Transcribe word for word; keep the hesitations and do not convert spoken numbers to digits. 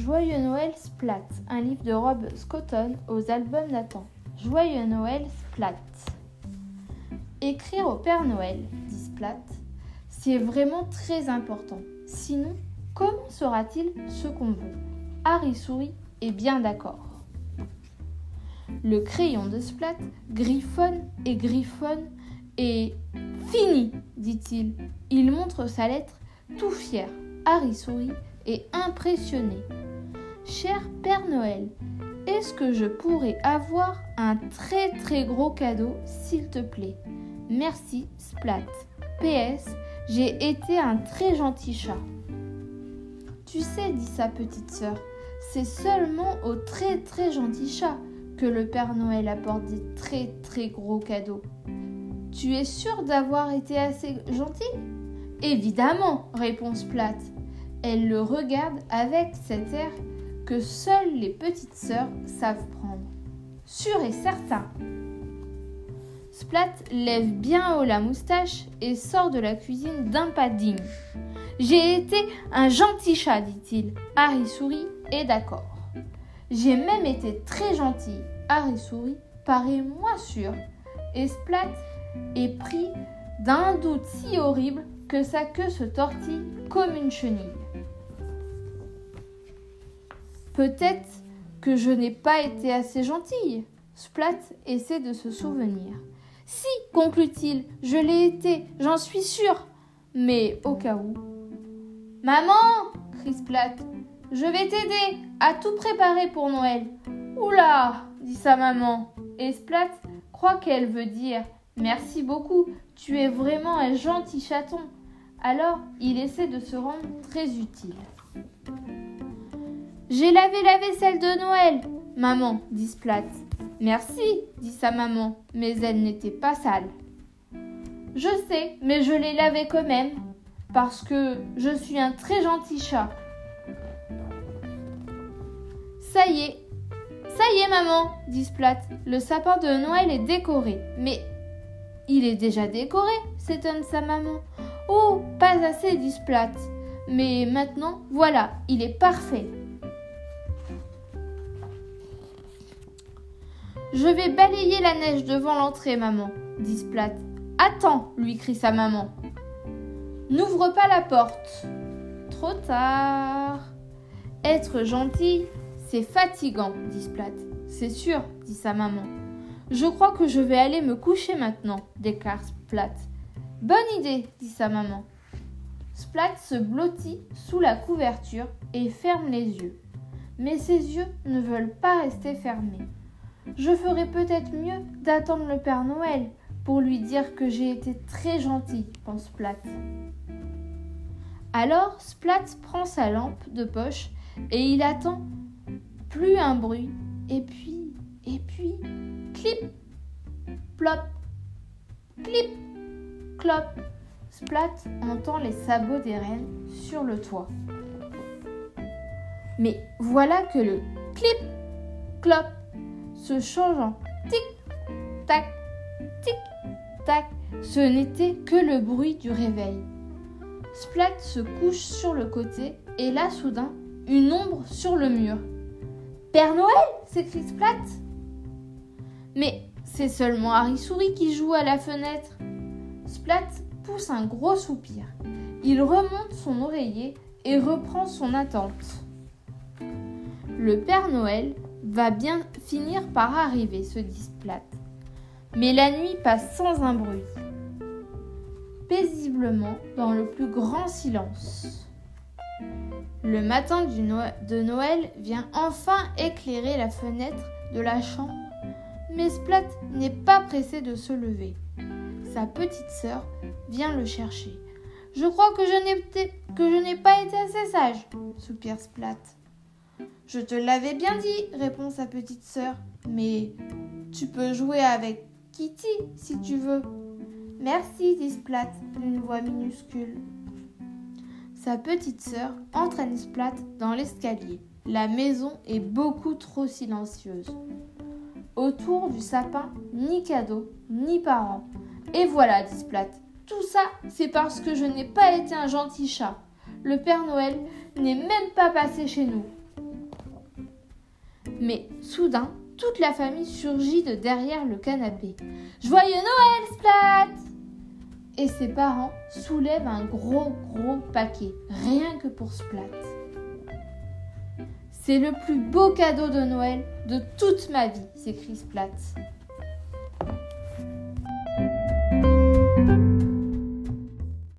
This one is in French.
Joyeux Noël Splat, un livre de Rob Scotton aux albums Nathan. Joyeux Noël Splat. Écrire au Père Noël, dit Splat, c'est vraiment très important. Sinon, comment saura-t-il ce qu'on veut? Harry sourit est bien d'accord. Le crayon de Splat griffonne et griffonne et « Fini !» dit-il. Il montre sa lettre tout fier. Harry sourit et impressionné. Cher Père Noël, est-ce que je pourrais avoir un très très gros cadeau, s'il te plaît? Merci, Splat. P S. J'ai été un très gentil chat. Tu sais, dit sa petite sœur, c'est seulement aux très très gentils chats que le Père Noël apporte des très très gros cadeaux. Tu es sûre d'avoir été assez gentil? Évidemment, répond Splat. Elle le regarde avec cet air que seules les petites sœurs savent prendre. Sûr et certain. Splat lève bien haut la moustache et sort de la cuisine d'un pas digne. J'ai été un gentil chat, dit-il. Harry sourit et d'accord. J'ai même été très gentil. Harry sourit, paraît moins sûr. Et Splat est pris d'un doute si horrible que sa queue se tortille comme une chenille. Peut-être que je n'ai pas été assez gentille. Splat essaie de se souvenir. Si, conclut-il, je l'ai été, j'en suis sûre. Mais au cas où. Maman, crie Splat, je vais t'aider à tout préparer pour Noël. Oula, dit sa maman. Et Splat croit qu'elle veut dire merci beaucoup, tu es vraiment un gentil chaton. Alors, il essaie de se rendre très utile. J'ai lavé la vaisselle de Noël, maman, dit Splat. Merci, dit sa maman, mais elle n'était pas sale. Je sais, mais je l'ai lavée quand même, parce que je suis un très gentil chat. Ça y est, ça y est, maman, dit Splat. Le sapin de Noël est décoré. Mais il est déjà décoré, s'étonne sa maman. Oh, pas assez, dit Splat. Mais maintenant, voilà, il est parfait. Je vais balayer la neige devant l'entrée, maman, dit Splat. Attends, lui crie sa maman. N'ouvre pas la porte. Trop tard. Être gentil, c'est fatigant, dit Splat. C'est sûr, dit sa maman. Je crois que je vais aller me coucher maintenant, déclare Splat. Bonne idée, dit sa maman. Splat se blottit sous la couverture et ferme les yeux. Mais ses yeux ne veulent pas rester fermés. Je ferais peut-être mieux d'attendre le Père Noël pour lui dire que j'ai été très gentil, pense Splat. Alors Splat prend sa lampe de poche et il attend. Plus un bruit, et puis, et puis, clip, plop, clip, clop. Splat entend les sabots des rennes sur le toit. Mais voilà que le clip, clop se change en tic-tac, tic-tac. Ce n'était que le bruit du réveil. Splat se couche sur le côté et là, soudain, une ombre sur le mur. « Père Noël !» s'écrie Splat. Mais c'est seulement Harry Souris qui joue à la fenêtre. Splat pousse un gros soupir. Il remonte son oreiller et reprend son attente. Le Père Noël va bien finir par arriver, se dit Splat. Mais la nuit passe sans un bruit. Paisiblement, dans le plus grand silence. Le matin du Noël, de Noël vient enfin éclairer la fenêtre de la chambre, mais Splat n'est pas pressé de se lever. Sa petite sœur vient le chercher. « Je crois que je n'ai, que je n'ai pas été assez sage, » soupire Splat. « Je te l'avais bien dit, » répond sa petite sœur, « mais tu peux jouer avec Kitty si tu veux. »« Merci, » dit Splat d'une voix minuscule. Sa petite sœur entraîne Splat dans l'escalier. La maison est beaucoup trop silencieuse. Autour du sapin, ni cadeau, ni parents. Et voilà, dit Splat. Tout ça, c'est parce que je n'ai pas été un gentil chat. Le Père Noël n'est même pas passé chez nous. Mais soudain, toute la famille surgit de derrière le canapé. « Joyeux Noël, Splat !» Et ses parents soulèvent un gros, gros paquet, rien que pour Splat. « C'est le plus beau cadeau de Noël de toute ma vie !» s'écrie Splat.